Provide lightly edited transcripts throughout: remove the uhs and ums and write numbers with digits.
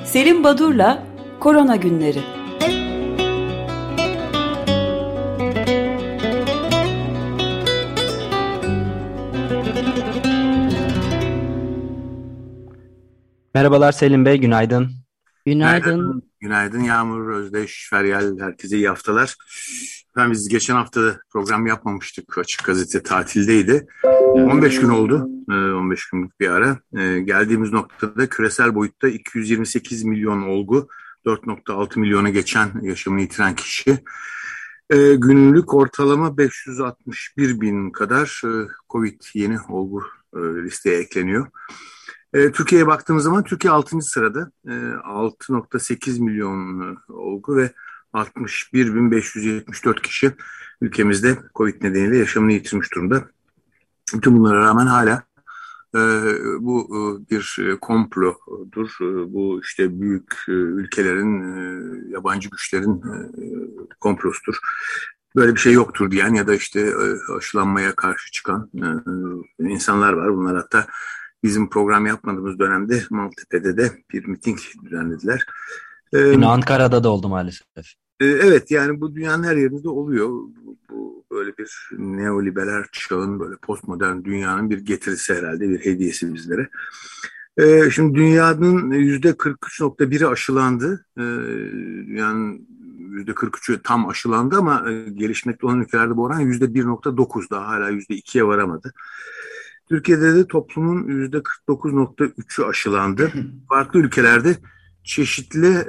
Selim Badur'la Korona Günleri. Merhabalar Selim Bey, günaydın. Günaydın. Günaydın Yağmur, Özdeş, Feryal, herkese iyi haftalar. Biz geçen hafta da program yapmamıştık. Açık Gazete tatildeydi. 15 gün oldu, 15 günlük bir ara. Geldiğimiz noktada küresel boyutta 228 milyon olgu, 4,6 milyonu geçen yaşamını yitiren kişi. Günlük ortalama 561 bin kadar Covid yeni olgu listeye ekleniyor. Türkiye'ye baktığımız zaman Türkiye 6. sırada 6,8 milyon olgu ve 61.574 kişi ülkemizde Covid nedeniyle yaşamını yitirmiş durumda. Bütün bunlara rağmen hala bu bir komplodur. Bu işte büyük ülkelerin, yabancı güçlerin komplosudur. Böyle bir şey yoktur diyen ya da işte aşılanmaya karşı çıkan insanlar var. Bunlar hatta bizim program yapmadığımız dönemde Maltepe'de de bir miting düzenlediler. Yine Ankara'da da oldu maalesef. Evet, yani bu dünyanın her yerinde oluyor. Bu böyle bir neoliberal çağın, böyle postmodern dünyanın bir getirisi herhalde, bir hediyesi bizlere. Şimdi dünyanın %43,1'i aşılandı. Dünyanın %43'ü tam aşılandı ama gelişmekte olan ülkelerde bu oran %1,9, daha hala %2'ye varamadı. Türkiye'de de toplumun %49,3'ü aşılandı. Farklı ülkelerde çeşitli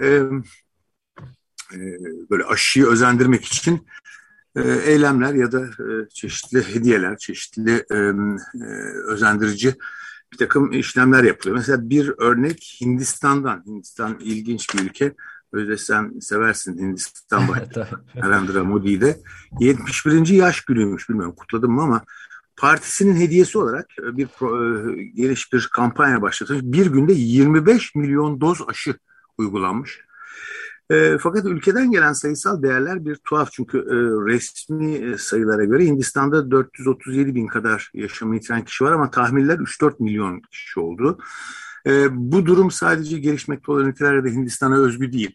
böyle aşıyı özendirmek için eylemler ya da çeşitli hediyeler, çeşitli özendirici bir takım işlemler yapılıyor. Mesela bir örnek Hindistan'dan. Hindistan ilginç bir ülke. Öyle sen seversin Hindistan Başkanı Narendra Modi'yi de. 71. yaş günüymüş, bilmiyorum kutladım mı ama partisinin hediyesi olarak geniş bir kampanya başlatmış. Bir günde 25 milyon doz aşı uygulanmış. Fakat ülkeden gelen sayısal değerler bir tuhaf. Çünkü resmi sayılara göre Hindistan'da 437 bin kadar yaşamını yitiren kişi var ama tahminler 3-4 milyon kişi oldu. Bu durum sadece gelişmekte olan ülkelerde Hindistan'a özgü değil.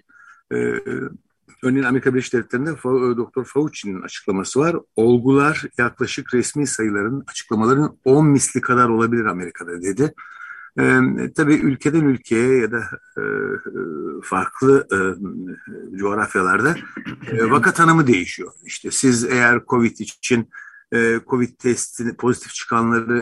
Örneğin Amerika Birleşik Devletleri'nde Dr. Fauci'nin açıklaması var. Olgular yaklaşık resmi sayıların, açıklamaların 10 misli kadar olabilir Amerika'da dedi. Tabii ülkeden ülkeye ya da farklı coğrafyalarda vaka tanımı değişiyor. İşte siz eğer Covid için Covid testini pozitif çıkanları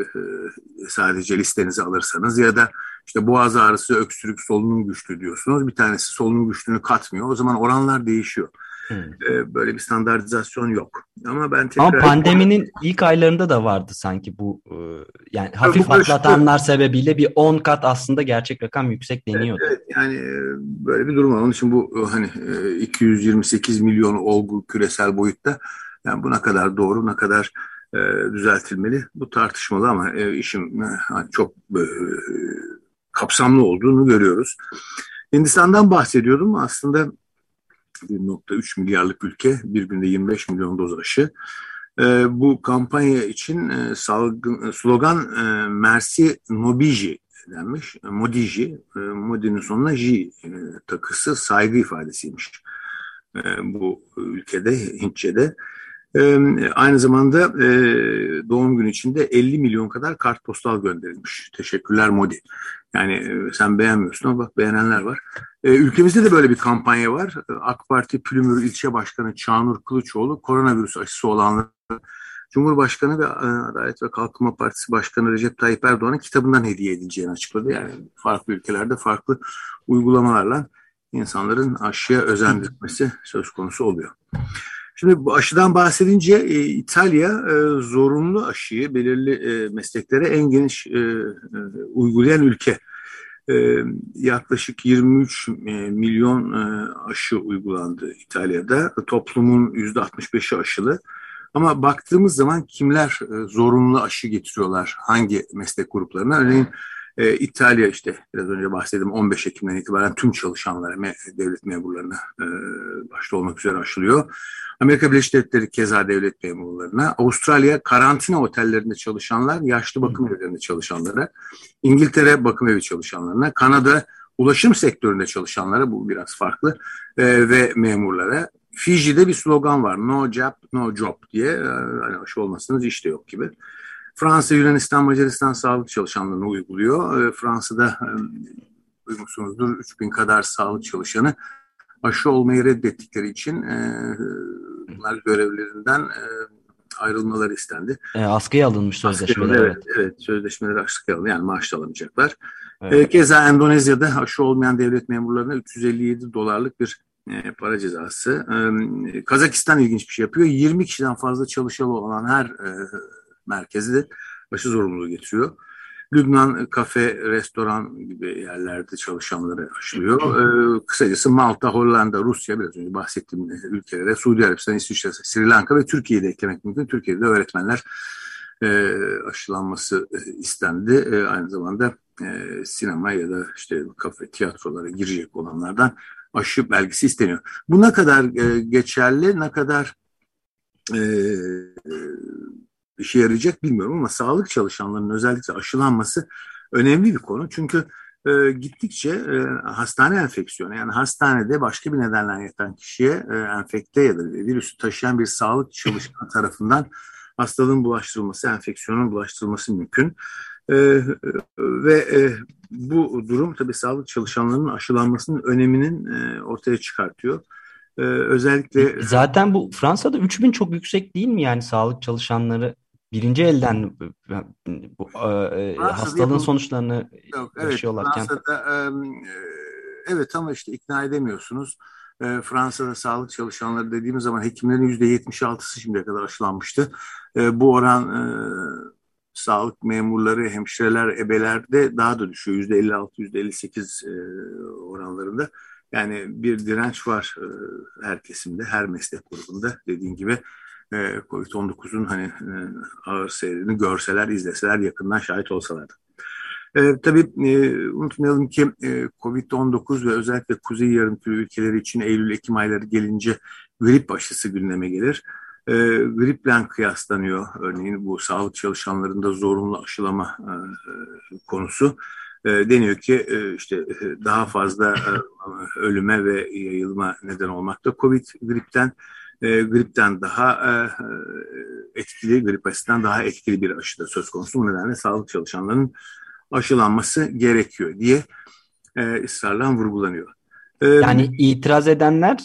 sadece listenize alırsanız ya da işte boğaz ağrısı, öksürük, solunum güçlüğü diyorsunuz. Bir tanesi solunum güçlüğünü katmıyor. O zaman oranlar değişiyor. Böyle bir standartizasyon yok. Ama ben tekrar... Ama pandeminin ilk aylarında da vardı sanki bu. Yani hafif atlatanlar sebebiyle bir 10 kat aslında gerçek rakam yüksek deniyordu. Evet, yani böyle bir durum var. Onun için bu hani 228 milyon olgu küresel boyutta, yani bu ne kadar doğru, ne kadar düzeltilmeli, bu tartışmalı ama işin çok kapsamlı olduğunu görüyoruz. Hindistan'dan bahsediyordum. Aslında 1,3 milyarlık ülke, bir günde 25 milyon doz aşı. Bu kampanya için slogan Merci Mobiji denmiş. Modiji, Modi'nin sonuna J takısı saygı ifadesiymiş. Bu ülkede, Hintçe'de. Aynı zamanda doğum günü içinde 50 milyon kadar kartpostal gönderilmiş. Teşekkürler Modi. Yani sen beğenmiyorsun ama bak beğenenler var. Ülkemizde de böyle bir kampanya var. AK Parti Pülümür İlçe Başkanı Çağnur Kılıçoğlu koronavirüs aşısı olanları Cumhurbaşkanı ve Adalet ve Kalkınma Partisi Başkanı Recep Tayyip Erdoğan'ın kitabından hediye edileceğini açıkladı. Yani farklı ülkelerde farklı uygulamalarla insanların aşıya özendirmesi söz konusu oluyor. Şimdi bu aşıdan bahsedince İtalya zorunlu aşıyı belirli mesleklere en geniş uygulayan ülke. Yaklaşık 23 milyon aşı uygulandı İtalya'da. Toplumun %65'i aşılı. Ama baktığımız zaman kimler zorunlu aşı getiriyorlar, hangi meslek gruplarına? Örneğin İtalya, işte biraz önce bahsettiğim 15 Ekim'den itibaren tüm çalışanlara, devlet memurlarına başta olmak üzere aşılıyor. Amerika Birleşik Devletleri keza devlet memurlarına. Avustralya karantina otellerinde çalışanlar, yaşlı bakım evlerinde çalışanlara. İngiltere bakım evi çalışanlarına. Kanada Ulaşım sektöründe çalışanlara bu biraz farklı ve memurlara. Fiji'de bir slogan var. No job, no job diye. Hani aşı olmazsanız işte yok gibi. Fransa, Yunanistan, Macaristan sağlık çalışanlarını uyguluyor. Fransa'da duymuşsunuzdur 3000 kadar sağlık çalışanı aşı olmayı reddettikleri için bunlar görevlerinden ayrılmaları istendi. Askıya alınmış sözleşmeler. Evet, sözleşmeleri askıya alındı. Yani maaş da alamayacaklar. Evet. Keza Endonezya'da aşı olmayan devlet memurlarına $357 bir para cezası. Kazakistan ilginç bir şey yapıyor. 20 kişiden fazla çalışanı olan her merkezde aşı zorunluluğu getiriyor. Lübnan kafe, restoran gibi yerlerde çalışanları aşılıyor. Kısacası Malta, Hollanda, Rusya, biraz önce bahsettiğim ülkelere, Suudi Arabistan, İsviçre, Sri Lanka ve Türkiye'yi de eklemek mümkün. Türkiye'de öğretmenler aşılanması istendi. Aynı zamanda sinema ya da işte kafe, tiyatrolara girecek olanlardan aşı belgesi isteniyor. Bu ne kadar geçerli, ne kadar işe yarayacak bilmiyorum ama sağlık çalışanlarının özellikle aşılanması önemli bir konu. Çünkü gittikçe hastane enfeksiyonu, yani hastanede başka bir nedenle yatan kişiye enfekte ya da virüsü taşıyan bir sağlık çalışanı tarafından hastalığın bulaştırılması, enfeksiyonun bulaştırılması mümkün. Ve bu durum tabii sağlık çalışanlarının aşılanmasının öneminin ortaya çıkartıyor. Özellikle zaten bu Fransa'da 3000 çok yüksek değil mi, yani sağlık çalışanları birinci elden bu hastalığın sonuçlarını yaşıyorlarken. Fransa'da evet ama işte ikna edemiyorsunuz. Fransa'da sağlık çalışanları dediğimiz zaman hekimlerin %76'sı şimdiye kadar aşılanmıştı. Bu oran sağlık memurları, hemşireler, ebelerde daha da düşüyor. %56, %58 oranlarında. Yani bir direnç var her kesimde, her meslek grubunda. Dediğin gibi COVID-19'un hani ağır seyrini görseler, izleseler, yakından şahit olsalardı. Tabii unutmayalım ki COVID-19 ve özellikle Kuzey Yarımküre ülkeleri için Eylül-Ekim ayları gelince grip aşısı gündeme gelir. Griple kıyaslanıyor örneğin bu sağlık çalışanlarında zorunlu aşılama konusu. Deniyor ki işte daha fazla ölüme ve yayılma neden olmakta Covid gripten daha etkili, grip aşısından daha etkili bir aşı da söz konusu. Bu nedenle sağlık çalışanlarının aşılanması gerekiyor diye ısrarla vurgulanıyor. Yani itiraz edenler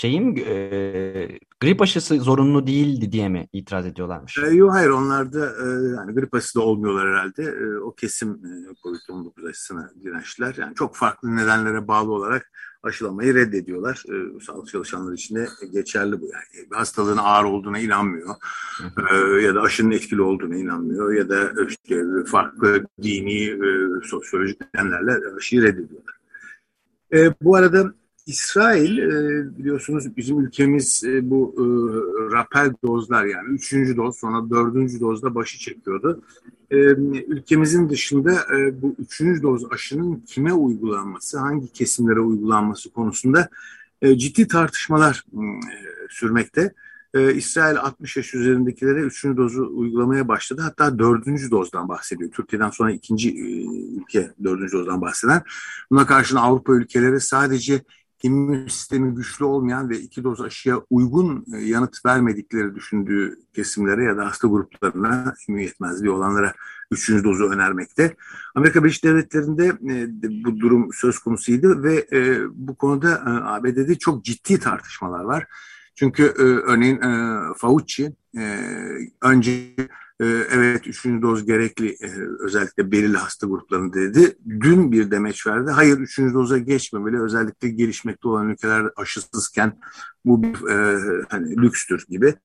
grip aşısı zorunlu değildi diye mi itiraz ediyorlarmış? Yok, hayır, onlar da yani grip aşısı da olmuyorlar herhalde. O kesim COVID-19 aşısına dirençliler. Yani çok farklı nedenlere bağlı olarak aşılamayı reddediyorlar. Sağlık çalışanları için de geçerli bu. Yani hastalığın ağır olduğuna inanmıyor. Ya da aşının etkili olduğuna inanmıyor. Ya da işte farklı dini, sosyolojik nedenlerle aşıyı reddediyorlar. Bu arada İsrail biliyorsunuz bizim ülkemiz bu rapel dozlar, yani 3. doz sonra 4. dozda başı çekiyordu. Ülkemizin dışında bu 3. doz aşının kime uygulanması, hangi kesimlere uygulanması konusunda ciddi tartışmalar sürmekte. İsrail 60 yaş üzerindekilere 3. dozu uygulamaya başladı. Hatta 4. dozdan bahsediyor. Türkiye'den sonra ikinci ülke 4. dozdan bahseden. Buna karşın Avrupa ülkeleri sadece immün sistemi güçlü olmayan ve 2 doz aşıya uygun yanıt vermedikleri düşündüğü kesimlere ya da hasta gruplarına, immün yetmezliği olanlara 3. dozu önermekte. Amerika Birleşik Devletleri'nde bu durum söz konusuydu ve bu konuda ABD'de çok ciddi tartışmalar var. Çünkü örneğin Fauci önce evet 3. doz gerekli özellikle belirli hasta gruplarında dedi. Dün bir demeç verdi. Hayır, 3. doza geçmemeli. Özellikle gelişmekte olan ülkeler aşısızken bu hani lükstür gibi.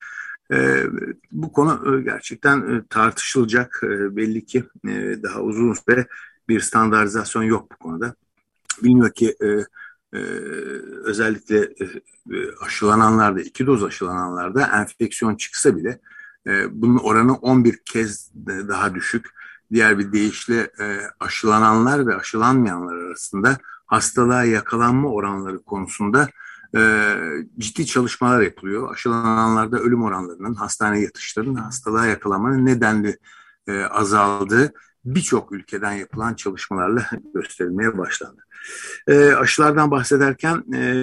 Bu konu gerçekten tartışılacak. Belli ki daha uzun süre bir standartizasyon yok bu konuda. Bilmiyor ki özellikle aşılananlarda, 2 doz aşılananlarda enfeksiyon çıksa bile bunun oranı 11 kez daha düşük. Diğer bir deyişle aşılananlar ve aşılanmayanlar arasında hastalığa yakalanma oranları konusunda ciddi çalışmalar yapılıyor. Aşılananlarda ölüm oranlarının, hastane yatışlarının, hastalığa yakalanmanın nedenli azaldığı birçok ülkeden yapılan çalışmalarla gösterilmeye başlandı. Aşılardan bahsederken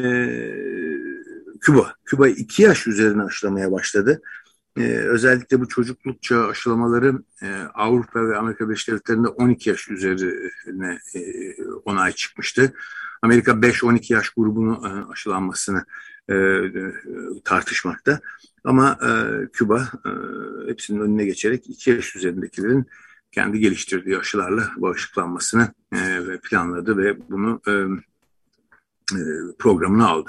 Küba 2 yaş üzerine aşılamaya başladı. Özellikle bu çocukluk çağı aşılamaları Avrupa ve Amerika Birleşik Devletleri'nde 12 yaş üzerine onay çıkmıştı. Amerika 5-12 yaş grubunu aşılanmasını tartışmakta. Ama Küba hepsinin önüne geçerek 2 yaş üzerindekilerin kendi geliştirdiği aşılarla bağışıklanmasını planladı ve bunu programına aldı.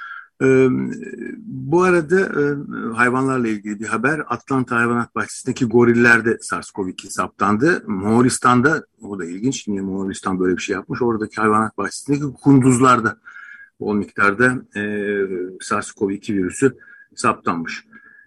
Bu arada hayvanlarla ilgili bir haber. Atlanta Hayvanat Bahçesi'ndeki gorillerde SARS-CoV-2 saptandı. Moğolistan'da, o da ilginç, niye Moğolistan böyle bir şey yapmış? Oradaki hayvanat bahçesindeki kunduzlarda bol miktarda SARS-CoV-2 virüsü saptanmış.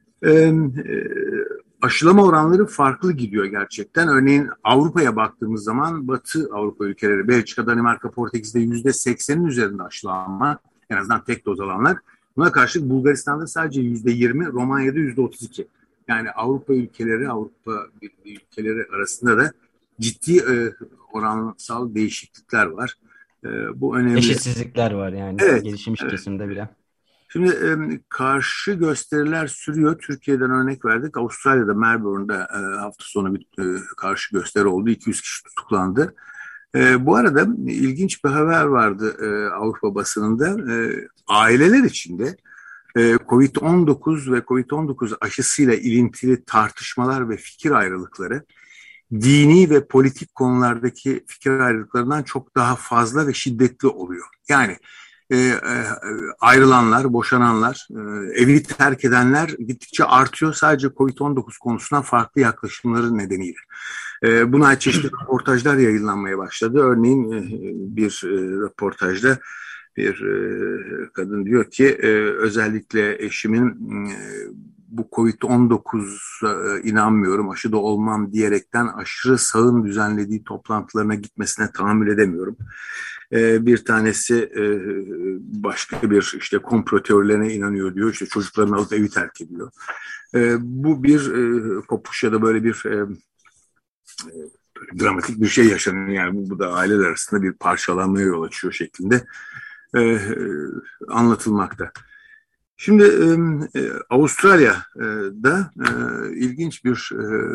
Aşılama oranları farklı gidiyor gerçekten. Örneğin Avrupa'ya baktığımız zaman Batı Avrupa ülkeleri, Belçika, Danimarka, Portekiz'de %80'in üzerinde aşılanma, en azından tek doz alanlar. Buna karşılık Bulgaristan'da sadece %20, Romanya'da %32. Yani Avrupa ülkeleri, Avrupa Birliği ülkeleri arasında da ciddi oransal değişiklikler var. Bu önemli. Eşitsizlikler var yani, evet, gelişmiş kesimde bile. Şimdi karşı gösteriler sürüyor. Türkiye'den örnek verdik. Avustralya'da Melbourne'da hafta sonu bir karşı gösteri oldu. 200 kişi tutuklandı. Bu arada ilginç bir haber vardı Avrupa basınında. Aileler içinde COVID-19 ve COVID-19 aşısıyla ilintili tartışmalar ve fikir ayrılıkları dini ve politik konulardaki fikir ayrılıklarından çok daha fazla ve şiddetli oluyor. Yani ayrılanlar, boşananlar, evi terk edenler gittikçe artıyor sadece COVID-19 konusuna farklı yaklaşımları nedeniyle. Buna ait çeşitli röportajlar yayınlanmaya başladı. Örneğin bir röportajda bir kadın diyor ki özellikle eşimin bu COVID-19'a inanmıyorum, aşıda olmam diyerekten aşırı sağın düzenlediği toplantılarına gitmesine tahammül edemiyorum. Bir tanesi başka bir işte komplo teorilerine inanıyor diyor. İşte çocuklarını alıp evi terk ediyor. Bu bir kopuş ya da böyle bir dramatik bir şey yaşanıyor. Yani bu da aileler arasında bir parçalanmaya yol açıyor şeklinde anlatılmakta. Şimdi Avustralya'da ilginç bir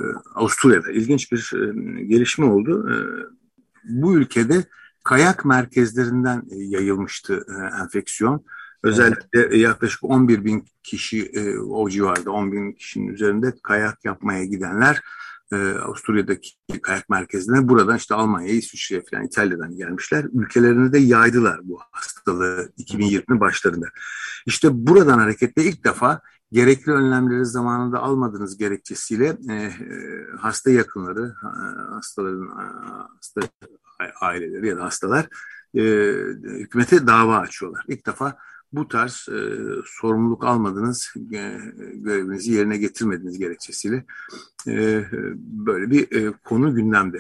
gelişme oldu. Bu ülkede kayak merkezlerinden yayılmıştı enfeksiyon. Özellikle yaklaşık 11 bin kişi o civarda 10 bin kişinin üzerinde kayak yapmaya gidenler Avusturya'daki kayak merkezine buradan işte Almanya'ya, İsviçre'ye falan İtalya'dan gelmişler. Ülkelerine de yaydılar bu hastalığı 2020 başlarında. İşte buradan hareketle ilk defa gerekli önlemleri zamanında almadığınız gerekçesiyle hasta yakınları, hasta aileleri ya da hastalar hükümete dava açıyorlar. İlk defa bu tarz sorumluluk almadınız, görevinizi yerine getirmediğiniz gerekçesiyle böyle bir konu gündemde.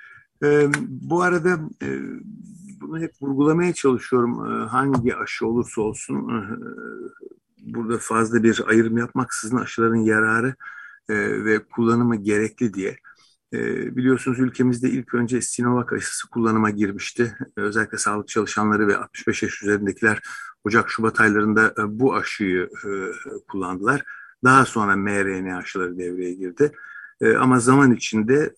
Bu arada bunu hep vurgulamaya çalışıyorum. Hangi aşı olursa olsun burada fazla bir ayrım yapmaksızın aşıların yararı ve kullanımı gerekli diye. Biliyorsunuz ülkemizde ilk önce Sinovac aşısı kullanıma girmişti. Özellikle sağlık çalışanları ve 65 yaş üzerindekiler Ocak-Şubat aylarında bu aşıyı kullandılar. Daha sonra mRNA aşıları devreye girdi. Ama zaman içinde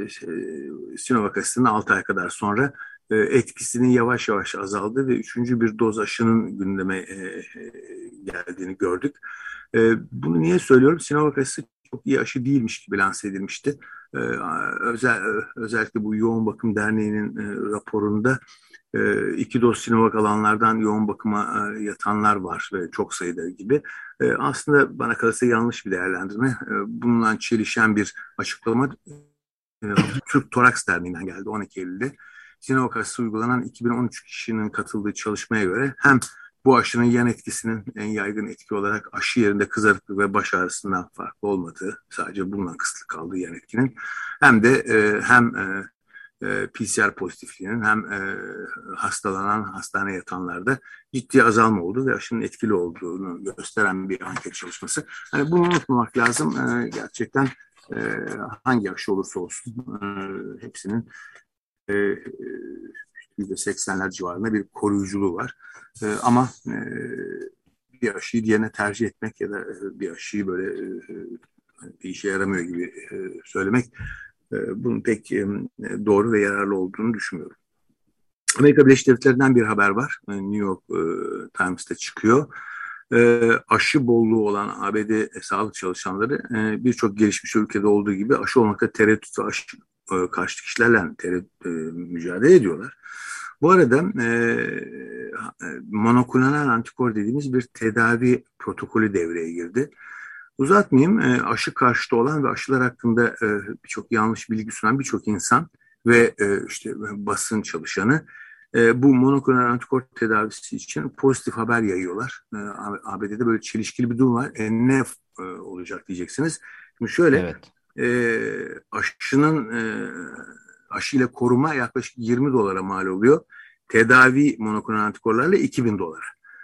Sinovac aşısının 6 ay kadar sonra etkisinin yavaş yavaş azaldı ve 3. bir doz aşının gündeme geldiğini gördük. Bunu niye söylüyorum? Sinovac aşısı çok iyi aşı değilmiş gibi lanse edilmişti. Özellikle bu Yoğun Bakım Derneği'nin raporunda 2 doz Sinovac alanlardan yoğun bakıma yatanlar var ve çok sayıda gibi. Aslında bana kalırsa yanlış bir değerlendirme. Bununla çelişen bir açıklama Türk Toraks Derneği'nden geldi 12 Eylül'de. Sinovac aşısı uygulanan 2013 kişinin katıldığı çalışmaya göre hem bu aşının yan etkisinin en yaygın etki olarak aşı yerinde kızarıklık ve baş ağrısından farklı olmadığı, sadece bununla kısıtlı kaldığı yan etkinin, hem de PCR pozitifliğinin hem hastalanan, hastaneye yatanlarda ciddi azalma oldu ve aşının etkili olduğunu gösteren bir anket çalışması. Hani bunu unutmamak lazım. Gerçekten Hangi aşı olursa olsun hepsinin %80'ler civarında bir koruyuculuğu var. Ama bir aşıyı diğerine tercih etmek ya da bir aşıyı böyle bir işe yaramıyor gibi söylemek bunun pek doğru ve yararlı olduğunu düşünmüyorum. Amerika Birleşik Devletleri'nden bir haber var. New York Times'ta çıkıyor. Aşı bolluğu olan ABD sağlık çalışanları birçok gelişmiş ülkede olduğu gibi aşı olmakta tereddüt ve aşı karşı kişilerle mücadele ediyorlar. Bu arada monoklonal antikor dediğimiz bir tedavi protokolü devreye girdi. Uzatmayayım, aşı karşıtı olan ve aşılar hakkında birçok yanlış bilgi sunan birçok insan ve işte basın çalışanı bu monoklonal antikor tedavisi için pozitif haber yayıyorlar. ABD'de böyle çelişkili bir durum var. Ne olacak diyeceksiniz. Şimdi şöyle, Evet. Aşıyla koruma yaklaşık $20 mal oluyor. Tedavi monoklonal antikorlarla $2.000.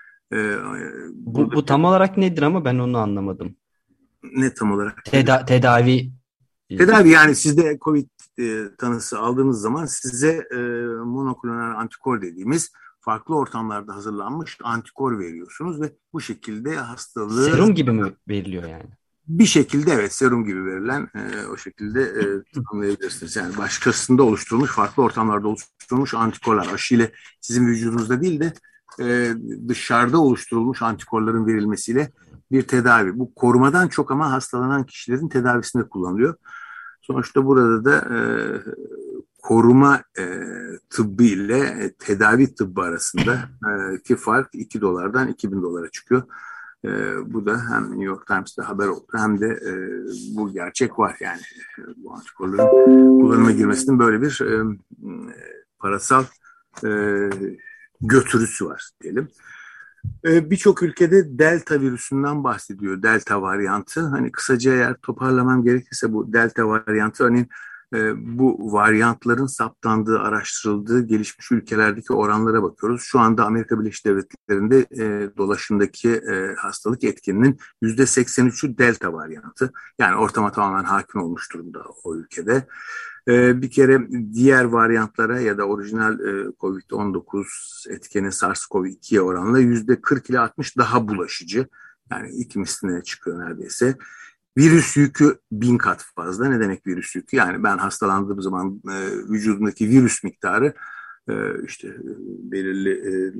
Bu tam olarak nedir ama ben onu anlamadım. Ne tam olarak? Tedavi. Tedavi yani sizde COVID tanısı aldığınız zaman size monoklonal antikor dediğimiz farklı ortamlarda hazırlanmış antikor veriyorsunuz ve bu şekilde hastalığı... Serum gibi mi veriliyor yani? Bir şekilde evet, serum gibi verilen o şekilde anlayabilirsiniz. Yani başkasında oluşturulmuş, farklı ortamlarda oluşturulmuş antikorlar. Aşı ile sizin vücudunuzda değil de dışarıda oluşturulmuş antikorların verilmesiyle bir tedavi. Bu korumadan çok ama hastalanan kişilerin tedavisinde kullanılıyor. Sonuçta burada da koruma tıbbı ile tedavi tıbbı arasında ki fark $2'dan $2.000 çıkıyor. Bu da hem New York Times'ta haber oldu hem de bu gerçek var. Yani bu antikorların kullanıma girmesinin böyle bir parasal götürüsü var diyelim. Birçok ülkede delta virüsünden bahsediyor. Delta varyantı. Hani kısaca eğer toparlamam gerekirse bu delta varyantı örneğin bu varyantların saptandığı, araştırıldığı gelişmiş ülkelerdeki oranlara bakıyoruz. Şu anda Amerika Birleşik Devletleri'nde dolaşımdaki hastalık etkininin %83'ü delta varyantı. Yani ortama tamamen hakim olmuş durumda o ülkede. Bir kere diğer varyantlara ya da orijinal COVID-19 etkeni SARS-CoV-2'ye oranla %40 ile 60 daha bulaşıcı. Yani iki misline çıkıyor neredeyse. Virüs yükü 1000 kat fazla. Ne demek virüs yükü? Yani ben hastalandığım zaman vücudumdaki virüs miktarı işte belirli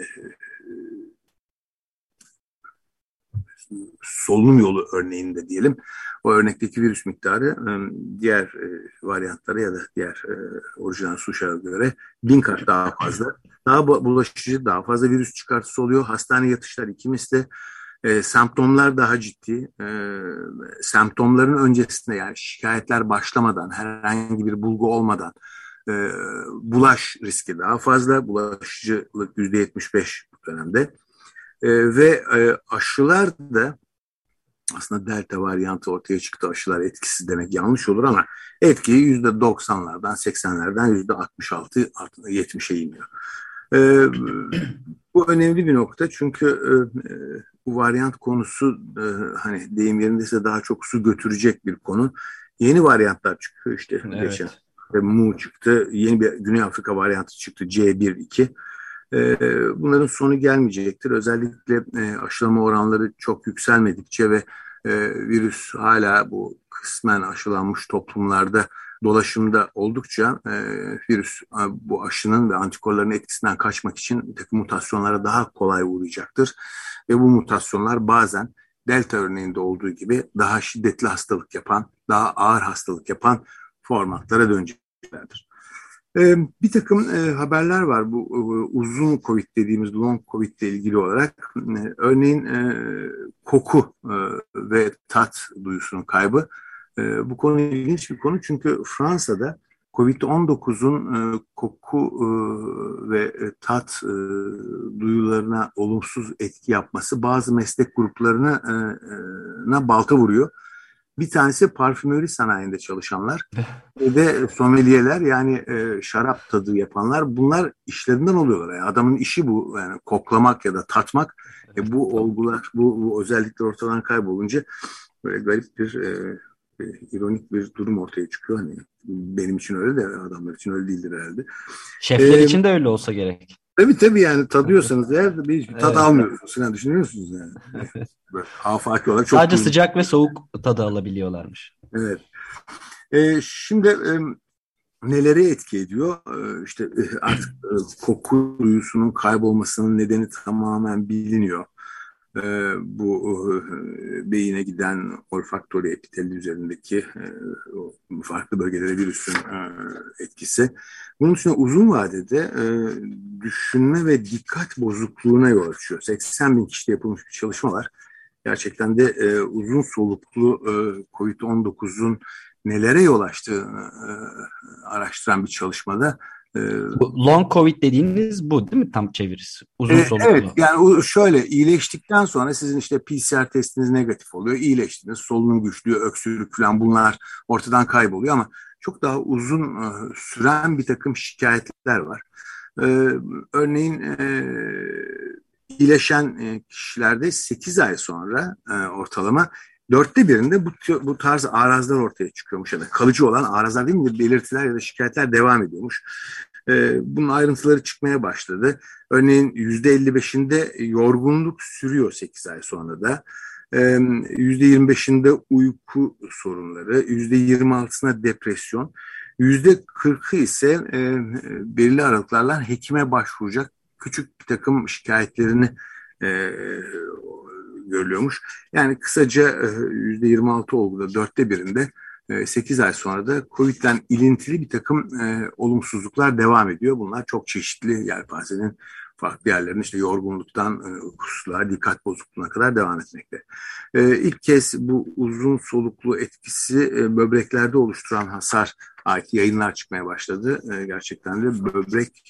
solunum yolu örneğinde diyelim. O örnekteki virüs miktarı diğer varyantlara ya da diğer orijinal suşaya göre 1000 kat daha fazla. Daha bulaşıcı, daha fazla virüs çıkartısı oluyor. Hastane yatışlar iki misli. Semptomlar daha ciddi. Semptomların öncesinde yani şikayetler başlamadan, herhangi bir bulgu olmadan bulaş riski daha fazla. Bulaşıcılık %75 bu dönemde. Ve aşılar da aslında delta varyantı ortaya çıktı. Aşılar etkisiz demek yanlış olur ama etkiyi %90'lardan, 80'lerden %66-70'e iniyor. Bu önemli bir nokta çünkü bu varyant konusu hani deyim yerindeyse daha çok su götürecek bir konu. Yeni varyantlar çıkıyor işte geçen. Mu çıktı. Yeni bir Güney Afrika varyantı çıktı. C1-2. Bunların sonu gelmeyecektir. Özellikle aşılama oranları çok yükselmedikçe ve virüs hala bu kısmen aşılanmış toplumlarda dolaşımda oldukça virüs bu aşının ve antikorların etkisinden kaçmak için takım mutasyonlara daha kolay uğrayacaktır. Ve bu mutasyonlar bazen delta örneğinde olduğu gibi daha şiddetli hastalık yapan, daha ağır hastalık yapan formatlara döneceklerdir. Bir takım haberler var bu uzun COVID dediğimiz long COVID ile ilgili olarak. Örneğin koku ve tat duyusunun kaybı. Bu konu ilginç bir konu çünkü Fransa'da COVID-19'un koku ve tat duyularına olumsuz etki yapması bazı meslek gruplarına balta vuruyor. Bir tanesi parfümeri sanayinde çalışanlar ve de someliyeler yani şarap tadı yapanlar bunlar işlerinden oluyorlar. Yani adamın işi bu yani koklamak ya da tatmak. Bu olgular, bu özellikler ortadan kaybolunca böyle garip bir ironik bir durum ortaya çıkıyor. Hani benim için öyle de adamlar için öyle değildir herhalde. Şefler için de öyle olsa gerek. Tabii yani tadıyorsanız eğer hiçbir tat almıyorsunuz. Sen düşünüyorsunuz yani. Böyle afaki olarak çok sadece sıcak ve soğuk tadı alabiliyorlarmış. Evet. Şimdi neleri etki ediyor? İşte artık koku duyusunun kaybolmasının nedeni tamamen biliniyor. Bu beyine giden olfaktörü epiteli üzerindeki o farklı bölgelere virüsün etkisi. Bunun için uzun vadede düşünme ve dikkat bozukluğuna yol açıyor. 80 bin kişide yapılmış bir çalışma var. Gerçekten de uzun soluklu COVID-19'un nelere yol açtığını araştıran bir çalışmada. Long COVID dediğiniz bu değil mi, tam çevirisi? Uzun soluklu. Evet, yani şöyle, iyileştikten sonra sizin işte PCR testiniz negatif oluyor. İyileştiniz, solunum güçlüğü, öksürük falan, bunlar ortadan kayboluyor ama çok daha uzun süren bir takım şikayetler var. Örneğin iyileşen kişilerde 8 ay sonra ortalama 1/4'inde bu tarz arazlar ortaya çıkıyormuş ya da kalıcı olan arazlar değil mi, belirtiler ya da şikayetler devam ediyormuş. Bunun ayrıntıları çıkmaya başladı. Örneğin %55'inde yorgunluk sürüyor 8 ay sonra da. %25'inde uyku sorunları, %26'sına depresyon, %40'ı ise belirli aralıklarla hekime başvuracak küçük bir takım şikayetlerini görülüyormuş. Yani kısaca %26 olguda 1/4'inde 8 ay sonra da COVID'den ilintili bir takım olumsuzluklar devam ediyor. Bunlar çok çeşitli, yelpazenin farklı yerlerinde işte yorgunluktan uykusuzluğa, dikkat bozukluğuna kadar devam etmekte. İlk kez bu uzun soluklu etkisi böbreklerde oluşturan hasar ait yayınlar çıkmaya başladı. Gerçekten de böbrek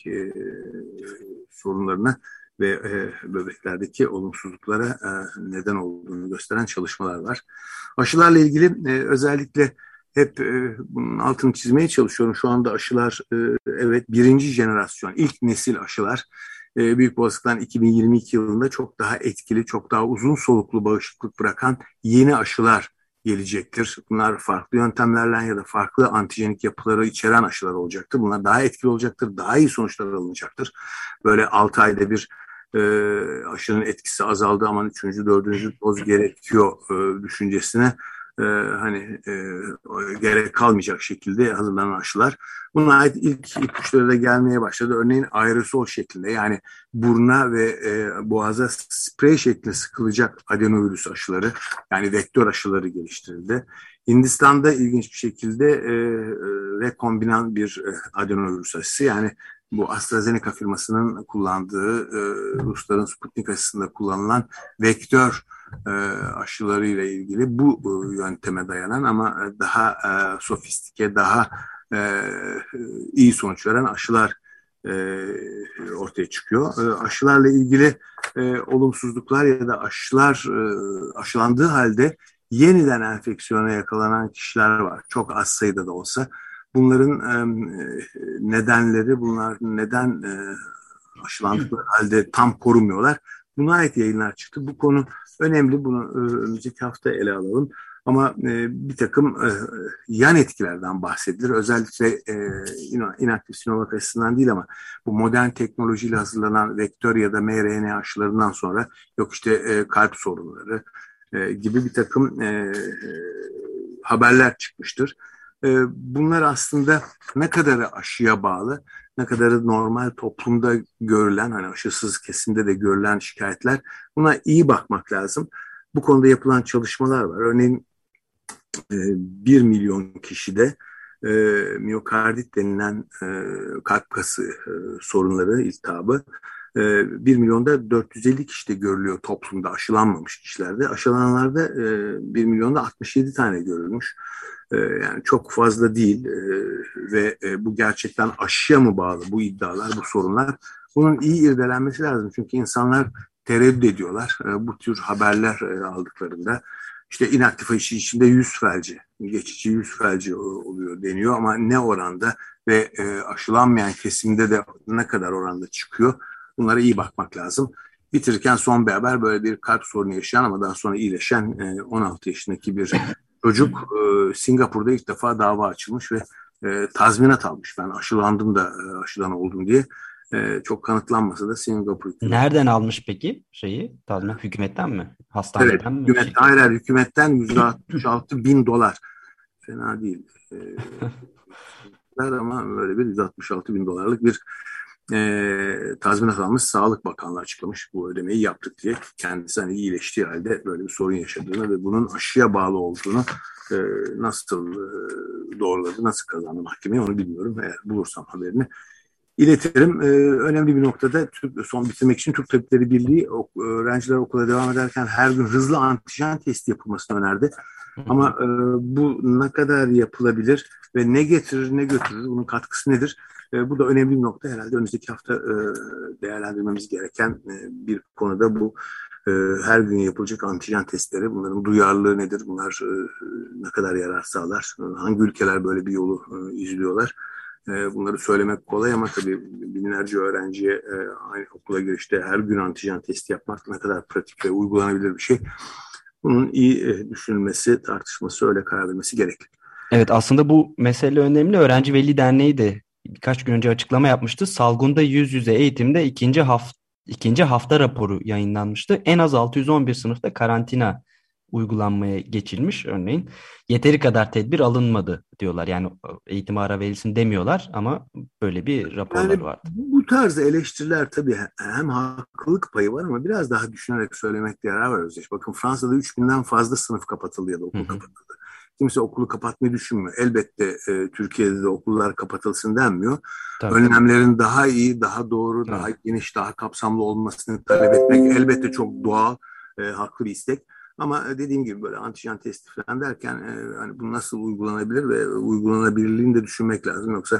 sorunlarına ve böbreklerdeki olumsuzluklara neden olduğunu gösteren çalışmalar var. Aşılarla ilgili özellikle hep bunun altını çizmeye çalışıyorum. Şu anda aşılar evet birinci jenerasyon, ilk nesil aşılar büyük olasılıkla 2022 yılında çok daha etkili, çok daha uzun soluklu bağışıklık bırakan yeni aşılar gelecektir. Bunlar farklı yöntemlerle ya da farklı antijenik yapıları içeren aşılar olacaktır. Bunlar daha etkili olacaktır, daha iyi sonuçlar alınacaktır. Böyle 6 ayda bir aşının etkisi azaldı, aman 3. 4. doz gerekiyor düşüncesine hani gerek kalmayacak şekilde hazırlanan aşılar. Buna ait ilk ipuçları da gelmeye başladı. Örneğin aerosol şeklinde, yani buruna ve boğaza sprey şeklinde sıkılacak adenovirüs aşıları, yani vektör aşıları geliştirildi. Hindistan'da ilginç bir şekilde rekombinan bir adenovirüs aşısı, yani bu AstraZeneca firmasının kullandığı Rusların Sputnik aşısında kullanılan vektör aşılarıyla ilgili bu yönteme dayanan ama daha sofistike, daha iyi sonuç veren aşılar ortaya çıkıyor. Aşılarla ilgili olumsuzluklar ya da aşılar aşılandığı halde yeniden enfeksiyona yakalanan kişiler var. Çok az sayıda da olsa. Bunların nedenleri, bunlar neden aşılandıkları halde tam korumuyorlar? Buna ait yayınlar çıktı. Bu konu önemli. Bunu önümüzdeki hafta ele alalım. Ama bir takım yan etkilerden bahsedilir. Özellikle inaktif Sinovac aşısından değil ama bu modern teknolojiyle hazırlanan vektör ya da mRNA aşılarından sonra yok işte kalp sorunları gibi bir takım haberler çıkmıştır. Bunlar aslında ne kadarı aşıya bağlı, ne kadarı normal toplumda görülen, hani aşısız kesimde de görülen şikayetler, buna iyi bakmak lazım. Bu konuda yapılan çalışmalar var. Örneğin 1 milyon kişide miyokardit denilen kalp kası sorunları, iltihabı 1 milyonda 450 kişide görülüyor toplumda, aşılanmamış kişilerde. Aşılananlarda 1 milyonda 67 tane görülmüş. Yani çok fazla değil ve bu gerçekten aşıya mı bağlı bu iddialar, bu sorunlar? Bunun iyi irdelenmesi lazım. Çünkü insanlar tereddüt ediyorlar bu tür haberler aldıklarında. İşte inaktif aşı içinde yüz felci, geçici yüz felci oluyor deniyor ama ne oranda ve aşılanmayan kesimde de ne kadar oranda çıkıyor? Bunlara iyi bakmak lazım. Bitirirken son bir haber, böyle bir kalp sorunu yaşayan ama daha sonra iyileşen 16 yaşındaki bir Çocuk Singapur'da ilk defa dava açılmış ve tazminat almış. Ben aşılandım da aşıdan oldum diye. Çok kanıtlanmasa da Singapur hükümeti. Nereden almış peki tazminat? Hükümetten mi? Hastaneden mi? Hayır, hükümetten $166.000. Fena değil. Ama böyle bir $166.000 bir tazminat almış. Sağlık Bakanlığı açıklamış bu ödemeyi yaptık diye. Kendisi hani iyileştiği halde böyle bir sorun yaşadığını ve bunun aşıya bağlı olduğunu nasıl doğruladı, nasıl kazandı mahkemeye onu bilmiyorum. Eğer bulursam haberini iletirim. Önemli bir noktada son bitirmek için Türk Tabipleri Birliği öğrenciler okula devam ederken her gün hızlı antijen testi yapılmasını önerdi. Ama bu ne kadar yapılabilir ve ne getirir ne götürür, bunun katkısı nedir? Bu da önemli bir nokta. Herhalde önümüzdeki hafta değerlendirmemiz gereken bir konuda bu. Her gün yapılacak antijen testleri, bunların duyarlılığı nedir? Bunlar ne kadar yarar sağlar? Hangi ülkeler böyle bir yolu izliyorlar? Bunları söylemek kolay ama tabii binlerce öğrenciye aynı okula girişte her gün antijen testi yapmak ne kadar pratik ve uygulanabilir bir şey. Bunun iyi düşünülmesi, tartışması, öyle karar verilmesi gerekli. Evet, aslında bu mesele önemli. Öğrenci Veli Derneği de birkaç gün önce açıklama yapmıştı. Salgında yüz yüze eğitimde ikinci hafta raporu yayınlanmıştı. En az 611 sınıfta karantina uygulanmaya geçilmiş örneğin. Yeteri kadar tedbir alınmadı diyorlar. Yani eğitime ara verilsin demiyorlar ama böyle bir raporlar vardı. Bu tarz eleştiriler tabii hem haklılık payı var ama biraz daha düşünerek söylemekte yarar var Özdeş. Bakın Fransa'da 3000'den fazla sınıf kapatıldı ya da okul kapatıldı. Kimse okulu kapatmayı düşünmüyor. Elbette Türkiye'de de okullar kapatılsın denmiyor. Tabii. Önlemlerin daha iyi, daha doğru, daha geniş, daha kapsamlı olmasını talep etmek elbette çok doğal, haklı bir istek. Ama dediğim gibi böyle antijen testi falan derken hani bu nasıl uygulanabilir ve uygulanabilirliğini de düşünmek lazım. Yoksa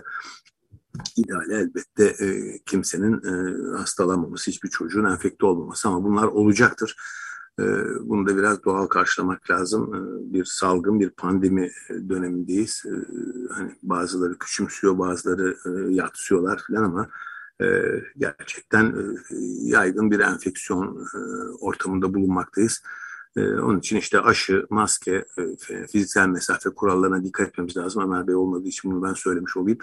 ideali elbette kimsenin hastalanmaması, hiçbir çocuğun enfekte olmaması ama bunlar olacaktır. Bunu da biraz doğal karşılamak lazım. Bir salgın, bir pandemi dönemindeyiz. Hani bazıları küçümsüyor, bazıları yatsıyorlar falan ama gerçekten yaygın bir enfeksiyon ortamında bulunmaktayız. Onun için işte aşı, maske, fiziksel mesafe kurallarına dikkat etmemiz lazım. Ömer Bey olmadığı için bunu ben söylemiş olayım.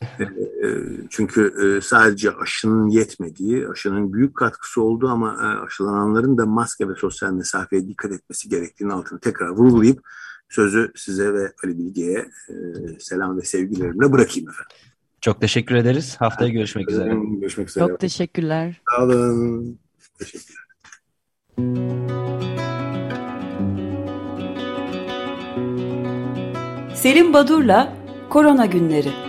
Çünkü sadece aşının yetmediği, aşının büyük katkısı olduğu ama aşılananların da maske ve sosyal mesafeye dikkat etmesi gerektiğini altını tekrar vurgulayıp sözü size ve Ali Bilge'ye selam ve sevgilerimle bırakayım efendim. Çok teşekkür ederiz. Haftaya görüşmek üzere. Görüşmek üzere. Çok teşekkürler. Sağ olun. Teşekkürler. Selim Badur'la Korona Günleri.